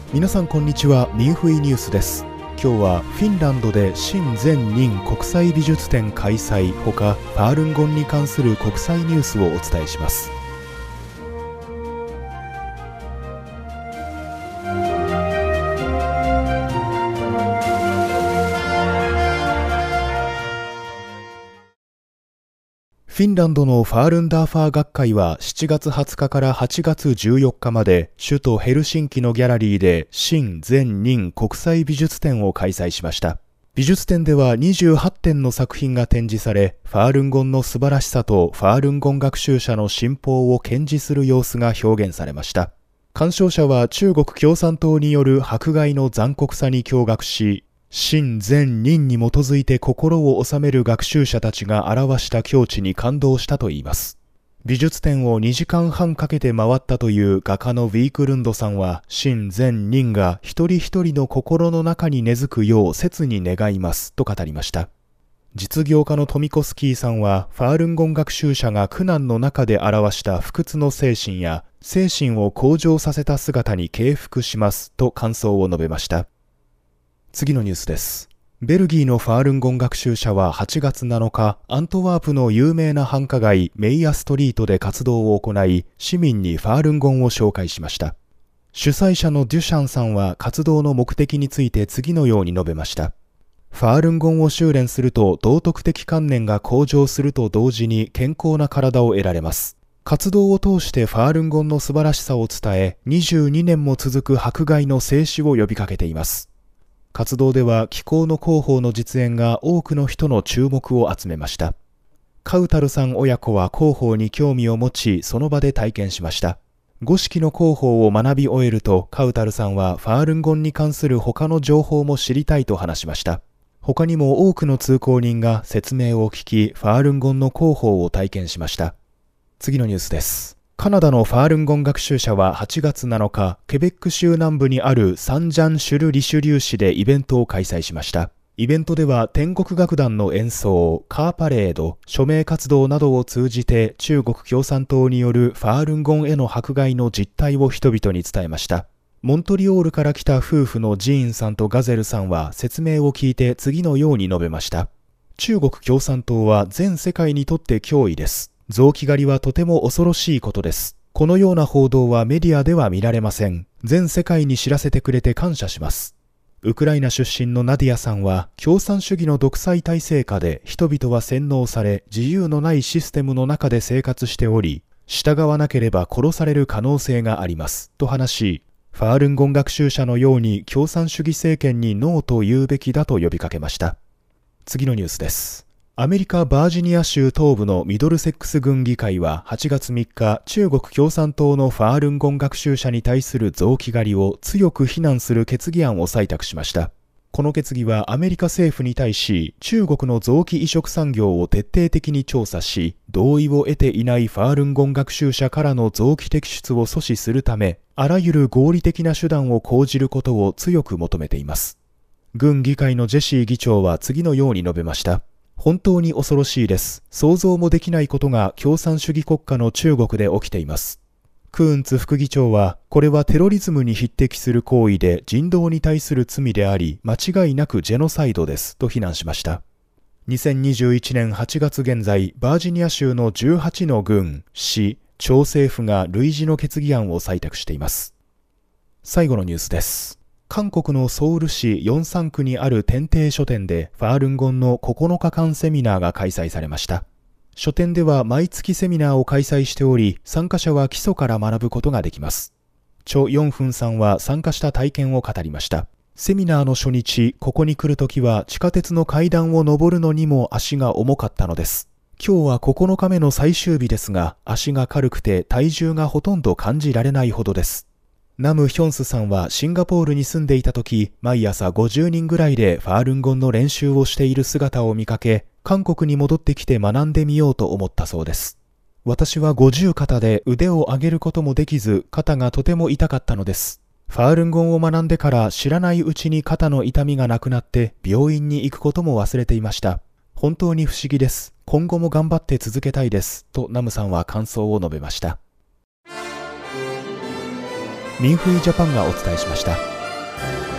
皆さんこんにちは。ミンフイニュースです。今日はフィンランドで新全人国際美術展開催ほかファールンゴンに関する国際ニュースをお伝えします。フィンランドのファールンダーファー学会は7月20日から8月14日まで首都ヘルシンキのギャラリーで新全人国際美術展を開催しました。美術展では28点の作品が展示され、ファールンゴンの素晴らしさとファールンゴン学習者の進歩を堅持する様子が表現されました。鑑賞者は中国共産党による迫害の残酷さに驚愕し、新全人に基づいて心を収める学習者たちが表した境地に感動したといいます。美術展を2時間半かけて回ったという画家のヴィークルンドさんは、新全人が一人一人の心の中に根付くよう切に願いますと語りました。実業家のトミコスキーさんは、ファールンゴン学習者が苦難の中で表した不屈の精神や精神を向上させた姿に敬服しますと感想を述べました。次のニュースです。ベルギーのファールンゴン学習者は8月7日、アントワープの有名な繁華街メイヤストリートで活動を行い、市民にファールンゴンを紹介しました。主催者のデュシャンさんは活動の目的について次のように述べました。ファールンゴンを修練すると道徳的観念が向上すると同時に健康な体を得られます。活動を通してファールンゴンの素晴らしさを伝え、22年も続く迫害の静止を呼びかけています。活動では気候の広報の実演が多くの人の注目を集めました。カウタルさん親子は広報に興味を持ち、その場で体験しました。5式の広報を学び終えると、カウタルさんはファールンゴンに関する他の情報も知りたいと話しました。他にも多くの通行人が説明を聞き、ファールンゴンの広報を体験しました。次のニュースです。カナダのファールンゴン学習者は8月7日、ケベック州南部にあるサンジャン・シュル・リシュリュー市でイベントを開催しました。イベントでは天国楽団の演奏、カーパレード、署名活動などを通じて中国共産党によるファールンゴンへの迫害の実態を人々に伝えました。モントリオールから来た夫婦のジーンさんとガゼルさんは説明を聞いて次のように述べました。中国共産党は全世界にとって脅威です。臓器狩りはとても恐ろしいことです。このような報道はメディアでは見られません。全世界に知らせてくれて感謝します。ウクライナ出身のナディアさんは、共産主義の独裁体制下で人々は洗脳され、自由のないシステムの中で生活しており、従わなければ殺される可能性があります。と話し、ファールンゴン学習者のように共産主義政権にノーと言うべきだと呼びかけました。次のニュースです。アメリカ・バージニア州東部のミドルセックス郡議会は8月3日、中国共産党のファールンゴン学習者に対する臓器狩りを強く非難する決議案を採択しました。この決議はアメリカ政府に対し、中国の臓器移植産業を徹底的に調査し、同意を得ていないファールンゴン学習者からの臓器摘出を阻止するため、あらゆる合理的な手段を講じることを強く求めています。郡議会のジェシー議長は次のように述べました。本当に恐ろしいです。想像もできないことが共産主義国家の中国で起きています。クーンツ副議長は、これはテロリズムに匹敵する行為で人道に対する罪であり、間違いなくジェノサイドですと非難しました。2021年8月現在、バージニア州の18の郡、市、町政府が類似の決議案を採択しています。最後のニュースです。韓国のソウル市ヨンサン区にある天庭書店でファールンゴンの9日間セミナーが開催されました。書店では毎月セミナーを開催しており、参加者は基礎から学ぶことができます。チョ・ヨンフンさんは参加した体験を語りました。セミナーの初日、ここに来るときは地下鉄の階段を上るのにも足が重かったのです。今日は9日目の最終日ですが、足が軽くて体重がほとんど感じられないほどです。ナム・ヒョンスさんはシンガポールに住んでいた時、毎朝50人ぐらいでファールンゴンの練習をしている姿を見かけ、韓国に戻ってきて学んでみようと思ったそうです。私は50肩で腕を上げることもできず、肩がとても痛かったのです。ファールンゴンを学んでから知らないうちに肩の痛みがなくなって病院に行くことも忘れていました。本当に不思議です。今後も頑張って続けたいです。とナムさんは感想を述べました。ミンフイジャパンがお伝えしました。 す。